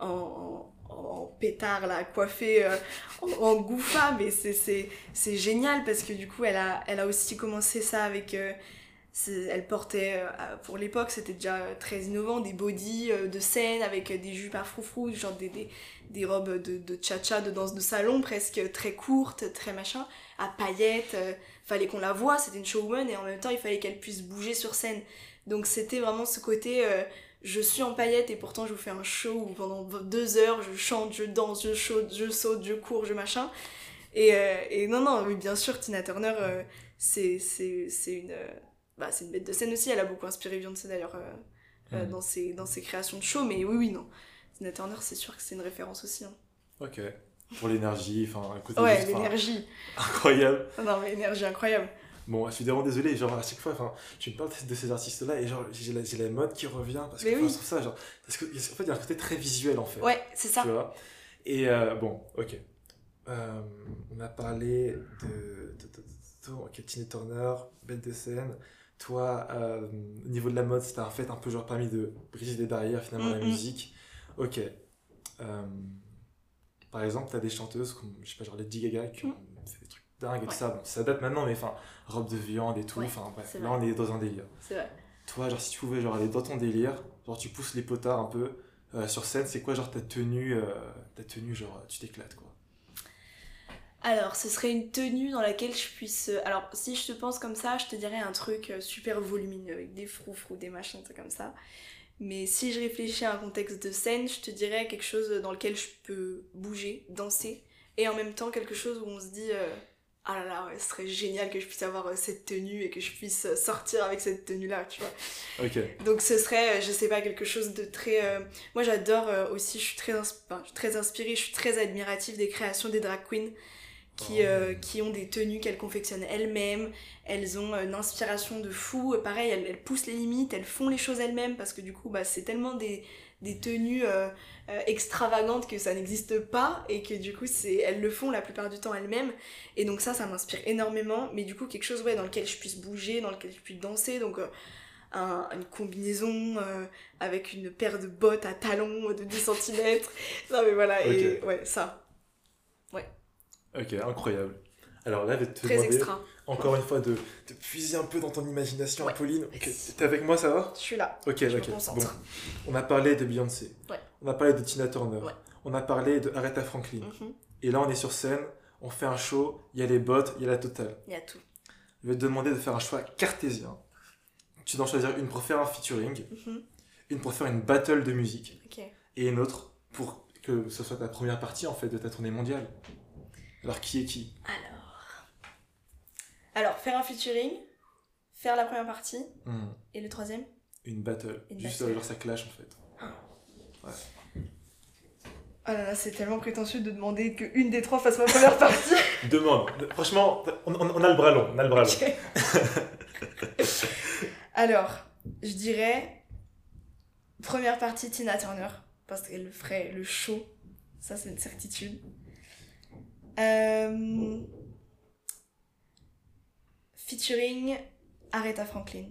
en, en, en pétard, là, coiffés euh, en, en gouffa, mais c'est, c'est, c'est génial parce que du coup, elle a, elle a aussi commencé ça avec... Euh, elle portait, euh, pour l'époque, c'était déjà très innovant, des bodys euh, de scène avec des jupes à froufrou, genre des, des, des robes de, de cha-cha, de danse de salon, presque très courtes, très machin, à paillettes... Euh, fallait qu'on la voie, c'était une showwoman et en même temps il fallait qu'elle puisse bouger sur scène, donc c'était vraiment ce côté euh, je suis en paillettes et pourtant je vous fais un show où pendant deux heures je chante, je danse, je saute, je saute, je cours, je machin et, euh, et non non oui bien sûr Tina Turner euh, c'est, c'est, c'est une euh, bah, c'est une bête de scène aussi, elle a beaucoup inspiré Beyoncé d'ailleurs euh, mmh. euh, dans, ses, dans ses créations de show, mais oui oui non Tina Turner c'est sûr que c'est une référence aussi hein. Ok. Pour l'énergie, enfin, un côté ouais, juste, l'énergie. Incroyable. Non, mais énergie incroyable. Bon, je suis vraiment désolé, genre à chaque fois, enfin, tu me parles de ces artistes-là et genre j'ai la, j'ai la mode qui revient parce que oui. je trouve ça, genre, parce que, en fait, il y a un côté très visuel en fait. Ouais, c'est ça. Tu vois. Et euh, bon, ok. Euh, on a parlé de, de, de, de, de ok, Tina Turner, bête de scène. Toi, euh, au niveau de la mode, c'était en fait un peu genre permis de briser des barrières finalement mm-hmm. la musique. Ok. Euh, Par exemple, t'as des chanteuses comme, je sais pas, genre Lady Gaga qui ont fait des trucs dingues et ouais. tout ça. Bon, ça date maintenant, mais enfin, robe de viande et tout. Enfin, ouais, bref, là, on est dans un délire. C'est vrai. Toi, genre, si tu pouvais genre, aller dans ton délire, genre, tu pousses les potards un peu euh, sur scène, c'est quoi, genre, ta tenue, euh, ta tenue, genre, tu t'éclates, quoi? Alors, ce serait une tenue dans laquelle je puisse... Alors, si je te pense comme ça, je te dirais un truc super volumineux, avec des froufrous, des machins, des trucs comme ça. Mais si je réfléchis à un contexte de scène, je te dirais quelque chose dans lequel je peux bouger, danser, et en même temps quelque chose où on se dit euh, ah là là, ouais, ce serait génial que je puisse avoir euh, cette tenue et que je puisse euh, sortir avec cette tenue-là, tu vois. Ok. Donc ce serait, euh, je sais pas, quelque chose de très... euh, Moi j'adore euh, aussi, je suis très, insp... enfin, je suis très inspirée, je suis très admirative des créations des drag queens qui, Oh. euh, qui ont des tenues qu'elles confectionnent elles-mêmes, elles ont euh, une inspiration de fou, pareil, elles, elles poussent les limites, elles font les choses elles-mêmes, parce que du coup, bah, c'est tellement des, des tenues euh, euh, extravagantes que ça n'existe pas, et que du coup, c'est, elles le font la plupart du temps elles-mêmes, et donc ça, ça m'inspire énormément, mais du coup, quelque chose ouais, dans lequel je puisse bouger, dans lequel je puisse danser, donc... Euh, Un, une combinaison euh, avec une paire de bottes à talons de dix centimètres. Non mais voilà, et Ok. ouais, ça. Ok, incroyable. Alors là, je vais te Très demander, extra. encore une fois, de, de puiser un peu dans ton imagination, Ouais. Apolline. Ok, Vas-y. t'es avec moi, ça va? Je suis là. Ok, Je me ok. Bon, concentre. on a parlé de Beyoncé. Ouais. On a parlé de Tina Turner. Ouais. On a parlé de Aretha Franklin. Mhm. Et là, on est sur scène, on fait un show, il y a les bottes, il y a la totale. Il y a tout. Je vais te demander de faire un choix cartésien. Tu dois en choisir une pour faire un featuring, Mhm. une pour faire une battle de musique, Ok. et une autre pour que ce soit ta première partie en fait de ta tournée mondiale. Alors qui est qui? Alors. Alors, faire un featuring, faire la première partie, Hmm, et le troisième. Une battle. Une Juste battle. euh, genre ça clash en fait. Oh là là, c'est tellement prétentieux de demander qu'une des trois fasse ma première partie. Demande. Franchement, on, on- on a le bras long. On a le bras long. Ok. Alors, je dirais première partie Tina Turner, parce qu'elle ferait le show, ça c'est une certitude. Euh, Featuring Aretha Franklin,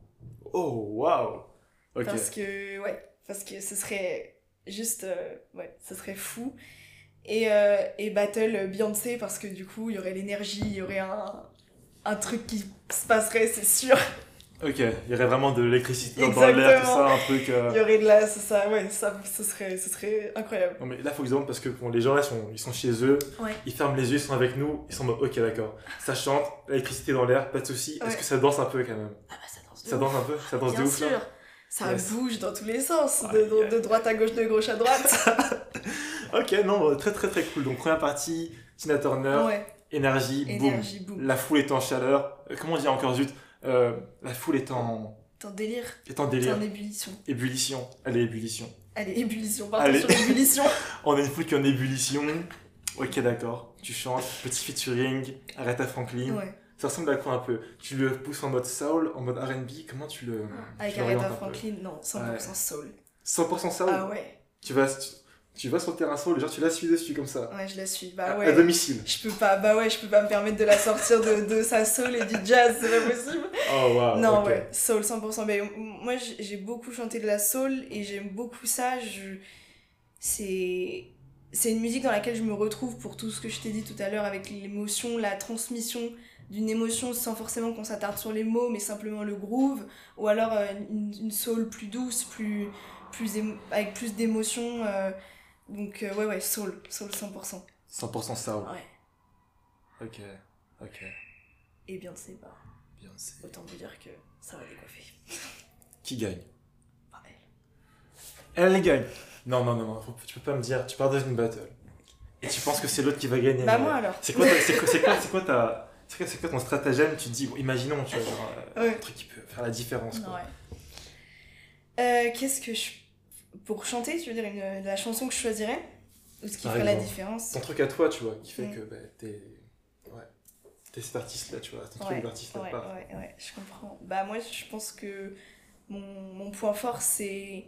Oh, waouh. Ok. parce que ouais, parce que ce serait juste euh, ouais, ce serait fou. Et, euh, et battle Beyoncé, parce que du coup il y aurait l'énergie, il y aurait un, un truc qui se passerait, c'est sûr. Ok. Il y aurait vraiment de l'électricité dans dans l'air, tout Exactement. ça, un truc. euh, Il y aurait de la... C'est ça, ouais, ça, ce serait, ce serait incroyable. Non mais là faut que je demande parce que bon, les gens là sont, ils sont chez eux, Ouais. ils ferment les yeux, ils sont avec nous, ils sont en mode ok d'accord, ça chante, l'électricité dans l'air, pas de soucis. Ouais. Est-ce que ça danse un peu quand même? Ah bah ça danse de Ça ouf. danse un peu? Ça danse Bien de ouf sûr. là? Ça Yes. bouge dans tous les sens, Aïe, de, de, aïe, de droite à gauche, de gauche à droite. Ok, non, très très très cool. Donc première partie, Tina Turner, Ouais, énergie, énergie, boum. boum. La foule est en chaleur. Euh, comment on dit encore zut? Euh, La foule est en, T'es en délire, est en t'es délire. en ébullition. Ébullition. Allez, ébullition. Allez, ébullition, partons Allez. sur ébullition. On a une foule qui est en ébullition. Ok, d'accord. Tu chantes, petit featuring, Aretha Franklin. Ouais, Ça ressemble à quoi un peu? Tu le pousses en mode soul, en mode R and B? Comment tu le. avec tu l'orientes Aretha un peu Franklin, non, cent pour cent soul. cent pour cent soul? Ah ouais, tu, vas, tu, tu vas sur le terrain soul, genre tu la suis dessus comme ça. ouais, je la suis. à, Bah à ouais. domicile. Je peux pas, bah ouais, je peux pas me permettre de la sortir de, de sa soul et du jazz, c'est pas possible. Oh waouh. Non, ok. ouais, soul cent pour cent. Mais m- moi, j'ai j'ai beaucoup chanté de la soul et j'aime beaucoup ça. Je... C'est... C'est une musique dans laquelle je me retrouve pour tout ce que je t'ai dit tout à l'heure avec l'émotion, la transmission d'une émotion sans forcément qu'on s'attarde sur les mots, mais simplement le groove. Ou alors euh, une, une soul plus douce, plus, plus émo- avec plus d'émotion. euh, Donc, euh, ouais, ouais, soul, soul cent pour cent. cent pour cent soul. Ouais. Ok, ok. Et Beyoncé, bah, Beyoncé. autant vous dire que ça va décoiffer. Qui gagne? Pas elle. Elle gagne. Non, non, non, non, faut- tu peux pas me dire, tu pars dans une battle. Et tu penses que c'est l'autre qui va gagner. Bah mais- moi alors. C'est quoi, ta- c'est quoi, c'est quoi, c'est quoi ta. C'est quoi, c'est quoi ton stratagème? Tu te dis, bon, imaginons, tu vois, genre, euh, Ouais. un truc qui peut faire la différence. Quoi. Ouais. Euh, Qu'est-ce que je... Pour chanter, tu veux dire une, la chanson que je choisirais? Ou ce qui Par ferait la exemple. différence? Ton truc à toi, tu vois, qui fait Mm. que bah, t'es. Ouais. T'es cet artiste-là, tu vois, ton Ouais, truc d'artiste à ouais, part. ouais, ouais, je comprends. Bah moi, je pense que mon, mon point fort, c'est...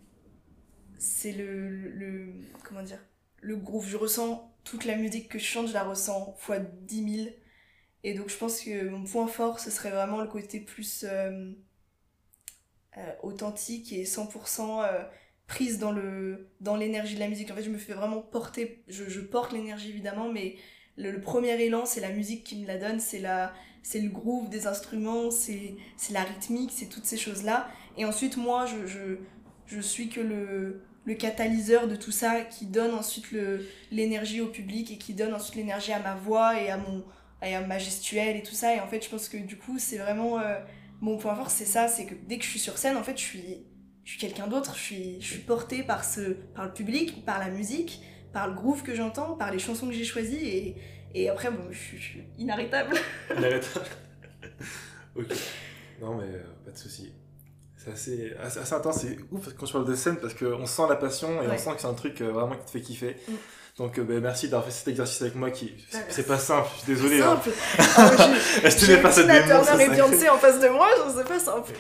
C'est le, le... Comment dire? Le groove. Je ressens toute la musique que je chante, je la ressens fois dix mille. Et donc je pense que mon point fort, ce serait vraiment le côté plus euh, euh, authentique et cent pour cent euh, prise dans le dans l'énergie de la musique. En fait, je me fais vraiment porter, je, je porte l'énergie évidemment, mais le, le premier élan, c'est la musique qui me la donne, c'est la c'est le groove des instruments, c'est c'est la rythmique, c'est toutes ces choses-là. Et ensuite, moi, je, je, je suis que le, le catalyseur de tout ça, qui donne ensuite le, l'énergie au public et qui donne ensuite l'énergie à ma voix et à, mon, et à ma gestuelle et tout ça. Et en fait, je pense que du coup, c'est vraiment... Euh, mon point fort, c'est ça, c'est que dès que je suis sur scène, en fait, je suis, je suis quelqu'un d'autre. Je suis, je suis portée par, ce, par le public, par la musique, par le groove que j'entends, par les chansons que j'ai choisies. Et, et après, bon, je, suis, je suis inarrêtable. Inarrêtable. Ok. Non, mais euh, pas de souci. C'est assez, assez, assez intense, c'est ouf quand tu parles de scène parce qu'on sent la passion et ouais. on sent que c'est un truc euh, vraiment qui te fait kiffer. Mm. Donc euh, bah, merci d'avoir fait cet exercice avec moi qui c'est, c'est pas simple, je suis désolé. Simple. Hein. Oh, j'ai j'ai pas cette Tina Turner et Beyoncé en face de moi, genre, c'est pas simple.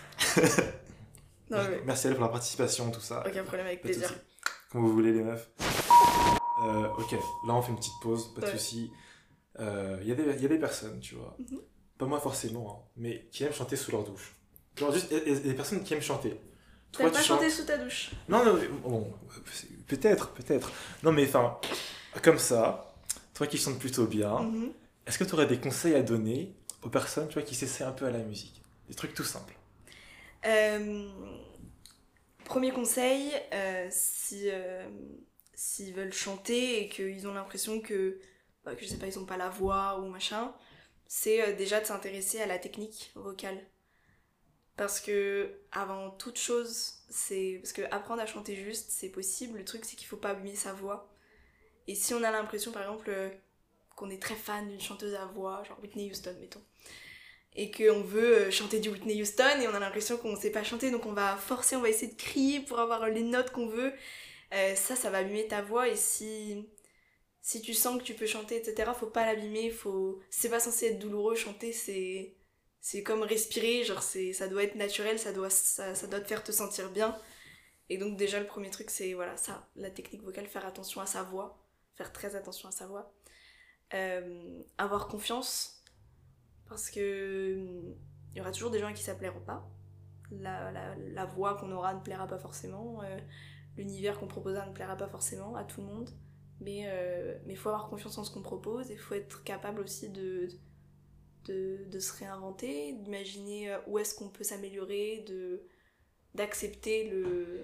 Non, mais... Merci à elle pour la participation, tout ça. Aucun problème, avec pas plaisir. Comme vous voulez les meufs. Euh, ok, là on fait une petite pause, pas de ouais. soucis. Il euh, y, y a des personnes, tu vois, mm-hmm. pas moi forcément, hein, mais qui aiment chanter sous leur douche. Genre juste des personnes qui aiment chanter. Toi, T'aimes pas chanter sous ta douche? Non, non, bon, peut-être, peut-être. Non, mais enfin, comme ça, toi qui chantes plutôt bien, mm-hmm. est-ce que tu aurais des conseils à donner aux personnes, tu vois, qui s'essaient un peu à la musique? Des trucs tout simples. Euh, premier conseil, euh, si euh, s'ils veulent chanter et qu'ils ont l'impression que, bah, que je sais pas, ils ont pas la voix ou machin, c'est euh, déjà de s'intéresser à la technique vocale. Parce que, avant toute chose, c'est... Parce que apprendre à chanter juste, c'est possible. Le truc, c'est qu'il faut pas abîmer sa voix. Et si on a l'impression, par exemple, qu'on est très fan d'une chanteuse à voix, genre Whitney Houston, mettons, et qu'on veut chanter du Whitney Houston, et on a l'impression qu'on sait pas chanter, donc on va forcer, on va essayer de crier pour avoir les notes qu'on veut, euh, ça, ça va abîmer ta voix. Et si... Si tu sens que tu peux chanter, et cetera, faut pas l'abîmer, faut... C'est pas censé être douloureux, chanter, c'est... C'est comme respirer, genre c'est, ça doit être naturel, ça doit, ça, ça doit te faire te sentir bien. Et donc déjà le premier truc c'est voilà ça, la technique vocale, faire attention à sa voix, faire très attention à sa voix. Euh, avoir confiance, parce que il y aura toujours des gens à qui ça plaira pas. La, la, la voix qu'on aura ne plaira pas forcément, euh, l'univers qu'on proposera ne plaira pas forcément à tout le monde. Mais il euh, mais faut avoir confiance en ce qu'on propose et il faut être capable aussi de... De, de se réinventer, d'imaginer où est-ce qu'on peut s'améliorer, de, d'accepter le,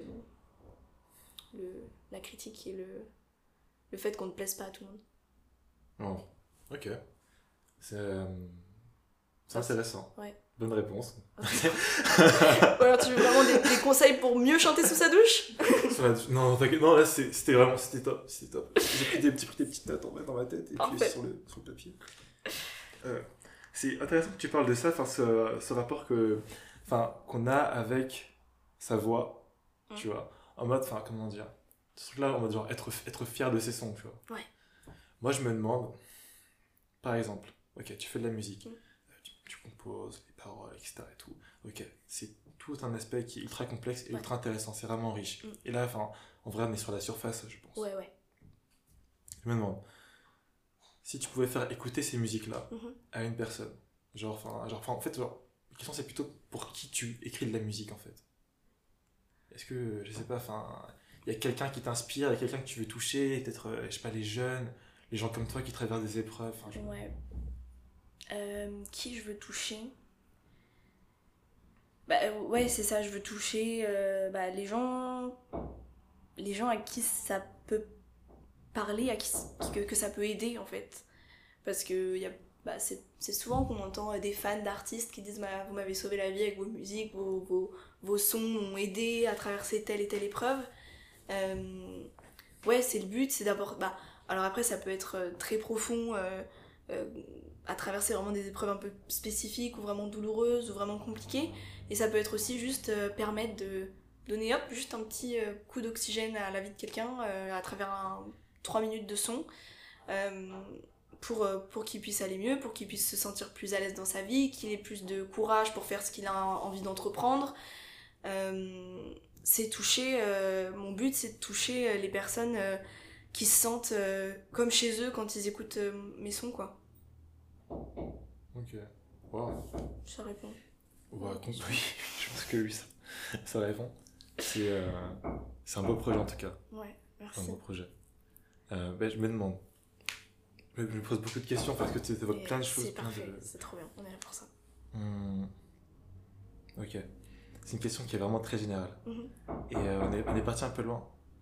le, la critique et le, le fait qu'on ne plaise pas à tout le monde. Oh, ok. C'est, euh, c'est intéressant. Ouais. Bonne réponse. Okay. Ou alors tu veux vraiment des, des conseils pour mieux chanter sous sa douche? Non, t'inquiète, non, là c'est, c'était vraiment c'était top. C'était top. J'ai pris des, petits, des petites notes en fait dans ma tête et puis sur le, sur le papier. Euh, C'est intéressant que tu parles de ça, enfin, ce, ce rapport que, enfin, qu'on a avec sa voix, mmh. tu vois, en mode, enfin, comment dire, ce truc-là, en mode genre être, être fier de ses sons, tu vois. Ouais. Moi, je me demande, par exemple, ok, tu fais de la musique, mmh. tu, tu composes les paroles, et cetera et tout, ok, c'est tout un aspect qui est ultra complexe et ouais. ultra intéressant, c'est vraiment riche. Mmh. Et là, enfin, en vrai, on est sur la surface, je pense. Ouais, ouais. Je me demande, si tu pouvais faire écouter ces musiques-là mm-hmm. à une personne, genre, enfin, genre, en fait, genre, la question c'est plutôt pour qui tu écris de la musique en fait. Est-ce que, je sais pas, enfin, il y a quelqu'un qui t'inspire, il y a quelqu'un que tu veux toucher, peut-être, euh, je sais pas, les jeunes, les gens comme toi qui traversent des épreuves. Enfin, genre... Ouais. Euh, qui je veux toucher? Bah ouais, c'est ça, je veux toucher euh, bah, les gens, les gens à qui ça peut parler, à qui que, que ça peut aider en fait, parce que y a, bah, c'est, c'est souvent qu'on entend des fans d'artistes qui disent bah, vous m'avez sauvé la vie avec vos musiques, vos, vos, vos sons m'ont aidé à traverser telle et telle épreuve. Euh, ouais, c'est le but, c'est d'abord bah, alors après ça peut être très profond euh, euh, à traverser vraiment des épreuves un peu spécifiques ou vraiment douloureuses ou vraiment compliquées, et ça peut être aussi juste euh, permettre de donner hop juste un petit euh, coup d'oxygène à la vie de quelqu'un euh, à travers un trois minutes de son euh, pour, pour qu'il puisse aller mieux, pour qu'il puisse se sentir plus à l'aise dans sa vie, qu'il ait plus de courage pour faire ce qu'il a envie d'entreprendre. Euh, c'est toucher, euh, mon but c'est de toucher les personnes euh, qui se sentent euh, comme chez eux quand ils écoutent euh, mes sons, quoi. Ok, wow. Ça répond. Ouais, oui, je pense que oui, ça, ça répond. C'est, euh, c'est un beau projet en tout cas. Ouais, merci. Un beau projet. Euh, ben, je me demande, je me pose beaucoup de questions parce que tu évoques plein de choses. C'est parfait, de... c'est trop bien, on est là pour ça. Hum... Ok, c'est une question qui est vraiment très générale. Mm-hmm. Et euh, on, est, on est parti un peu loin.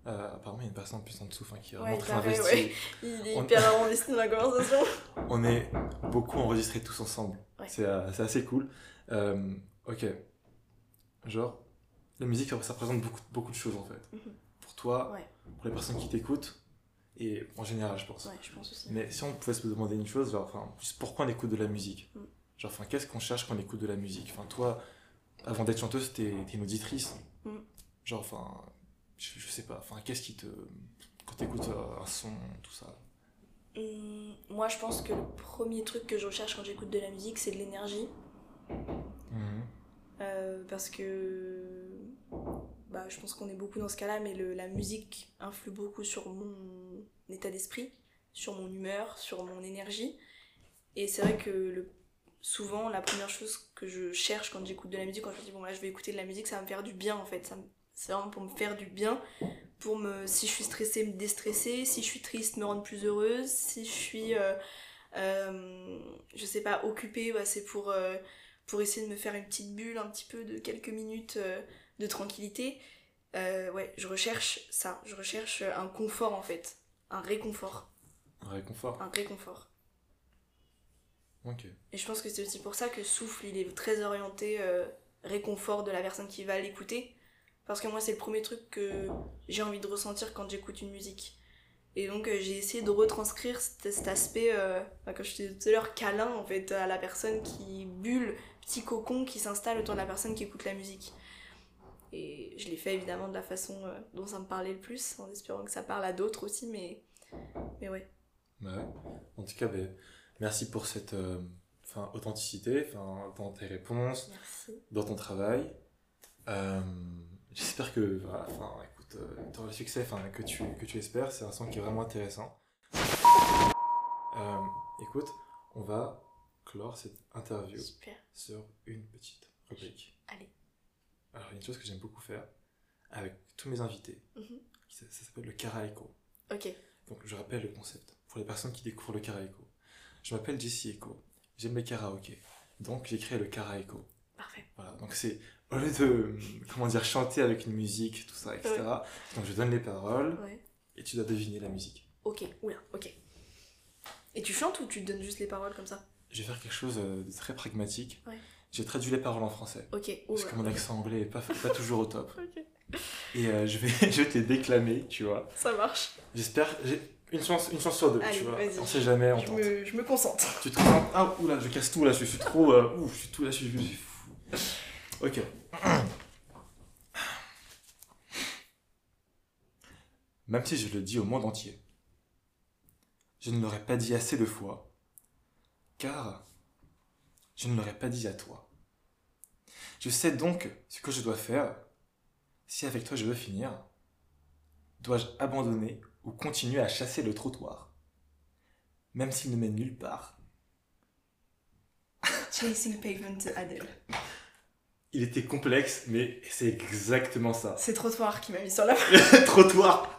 Euh, apparemment, il y a une personne plus en dessous, enfin, qui est Ouais, vraiment il très paraît, investie. ouais. Il est On- hyper investi dans la conversation. On est beaucoup enregistrés tous ensemble. Ouais. C'est, euh, c'est assez cool. Euh, ok. Genre, la musique, ça représente beaucoup, beaucoup de choses en fait. Mhm. Pour toi, Ouais. pour les personnes qui t'écoutent, et en général, je pense. Ouais, je pense aussi. Mais si on pouvait se demander une chose, genre, enfin, juste pourquoi on écoute de la musique Mm. Genre, enfin, qu'est-ce qu'on cherche quand on écoute de la musique Enfin, toi, avant d'être chanteuse, t'es, t'es une auditrice. Mm. Genre, enfin, je, je sais pas. Enfin, qu'est-ce qui te, quand t'écoutes euh, un son, tout ça. Hum, moi, je pense que le premier truc que je recherche quand j'écoute de la musique, c'est de l'énergie. Mhm. Euh, parce que bah, je pense qu'on est beaucoup dans ce cas-là, mais le, la musique influe beaucoup sur mon état d'esprit, sur mon humeur, sur mon énergie. Et c'est vrai que le, souvent, la première chose que je cherche quand j'écoute de la musique, quand je me dis bon là je vais écouter de la musique, ça va me faire du bien en fait. Ça me, c'est vraiment pour me faire du bien, pour me, si je suis stressée, me déstresser, si je suis triste, me rendre plus heureuse, si je suis, euh, euh, je sais pas, occupée, bah, c'est pour... Euh, pour essayer de me faire une petite bulle un petit peu de quelques minutes euh, de tranquillité. Euh, ouais, je recherche ça, je recherche un confort en fait, un réconfort, Un réconfort. un réconfort. Ok. Et je pense que c'est aussi pour ça que Souffle, il est très orienté euh, réconfort de la personne qui va l'écouter. Parce que moi, c'est le premier truc que j'ai envie de ressentir quand j'écoute une musique. Et donc, euh, j'ai essayé de retranscrire cet, cet aspect, euh, bah, comme je te disais tout à l'heure, câlin en fait, à la personne qui bulle, petit cocon qui s'installe autour de la personne qui écoute la musique. Et je l'ai fait évidemment de la façon euh, dont ça me parlait le plus, en espérant que ça parle à d'autres aussi, mais, mais ouais. Bah ouais. En tout cas, bah, merci pour cette euh, enfin, authenticité, enfin, dans tes réponses, Merci. dans ton travail. Euh, j'espère que, voilà, enfin, écoute, euh, tu auras le succès enfin, que, tu, que tu espères. C'est un son qui est vraiment intéressant. Euh, écoute, on va clore cette interview Super. sur une petite rubrique. Allez. Alors, il y a une chose que j'aime beaucoup faire avec tous mes invités. Mhm. Ça, ça s'appelle le karaoke. Ok. Donc, je rappelle le concept pour les personnes qui découvrent le karaoke. Je m'appelle Jesse Echo. J'aime les karaokés. Donc, j'ai créé le karaoke. Parfait. Voilà. Donc, c'est au lieu de, comment dire, chanter avec une musique, tout ça, et cetera. Ouais. Donc, je donne les paroles Ouais. et tu dois deviner la musique. Ok. Oula. Ok. Et tu chantes ou tu te donnes juste les paroles comme ça? Je vais faire quelque chose de très pragmatique. Ouais. J'ai traduit les paroles en français. Ok. Parce Oula. que mon accent anglais est pas, pas toujours au top. Ok. Et euh, je, vais, je vais te les déclamer, tu vois. Ça marche. J'espère. J'ai une chance, une chance sur deux, Allez, tu vois. vas-y. On sait jamais, on Je tente. me, je me concentre. Tu te concentres. Ah, oula, je casse tout là, je suis trop. Euh, ouf, je suis tout là, je suis, je suis fou. Ok. Même si je le dis au monde entier, je ne l'aurais pas dit assez de fois, car je ne l'aurais pas dit à toi. Je sais donc ce que je dois faire. Si avec toi je veux finir, dois-je abandonner ou continuer à chasser le trottoir, même s'il ne mène nulle part? Chasing Pavement de Adele. Il était complexe, mais c'est exactement ça. C'est Trottoir qui m'a mis sur la Trottoir.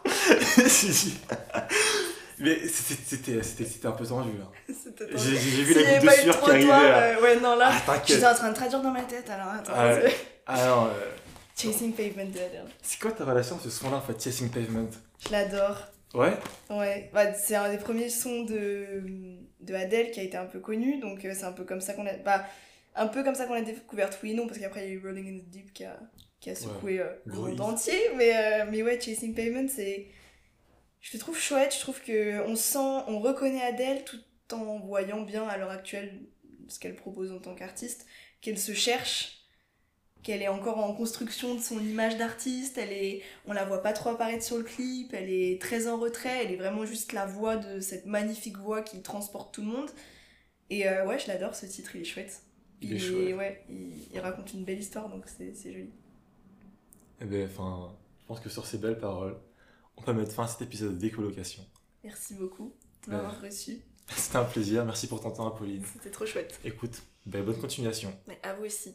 Mais c'était, c'était, c'était un peu tendu là. C'était J'ai, j'ai vu S'il y la avait goutte de pas eu sueur qui Trottoir, arrivait là. euh, ouais, non, là, Ah, t'inquiète. j'étais en train de traduire dans ma tête, alors attends. Ah, c'est- ah non, euh, Chasing Pavement de Adele. c'est quoi ta relation à ce son-là en fait, Chasing Pavement? Je l'adore. Ouais. Ouais, bah, c'est un des premiers sons de, de Adele qui a été un peu connu, donc euh, c'est un peu comme ça qu'on a... Bah, un peu comme ça qu'on a découvert Oui et Non, parce qu'après il y a eu Rolling in the Deep qui a, qui a secoué euh, le Gros monde hit. entier, mais, euh, mais ouais, Chasing Pavement, c'est... Je le trouve chouette, je trouve qu'on sent, on reconnaît Adele tout en voyant bien à l'heure actuelle ce qu'elle propose en tant qu'artiste, qu'elle se cherche, qu'elle est encore en construction de son image d'artiste, elle est, on la voit pas trop apparaître sur le clip, elle est très en retrait, elle est vraiment juste la voix de cette magnifique voix qui transporte tout le monde. Et euh, ouais, je l'adore, ce titre, il est chouette. Il est chouette. Ouais, il, il raconte une belle histoire, donc c'est, c'est joli. Eh ben, enfin, je pense que sur ces belles paroles, on peut mettre fin à cet épisode de décolocation. Merci beaucoup de Ben, m'avoir reçu, C'était un plaisir, merci pour ton temps, Apolline. c'était trop chouette. Écoute, ben, bonne continuation. Mais à vous aussi.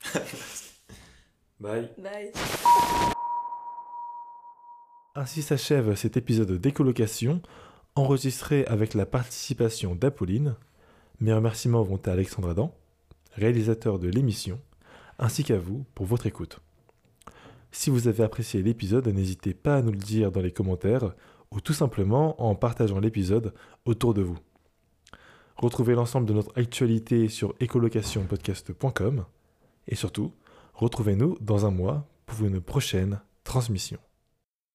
Bye. Bye. Ainsi s'achève cet épisode de décolocation, enregistré avec la participation d'Apolline. Mes remerciements vont à Alexandre Adam, réalisateur de l'émission, ainsi qu'à vous pour votre écoute. Si vous avez apprécié l'épisode, n'hésitez pas à nous le dire dans les commentaires ou tout simplement en partageant l'épisode autour de vous. Retrouvez l'ensemble de notre actualité sur écolocation podcast point com et surtout, retrouvez-nous dans un mois pour une prochaine transmission.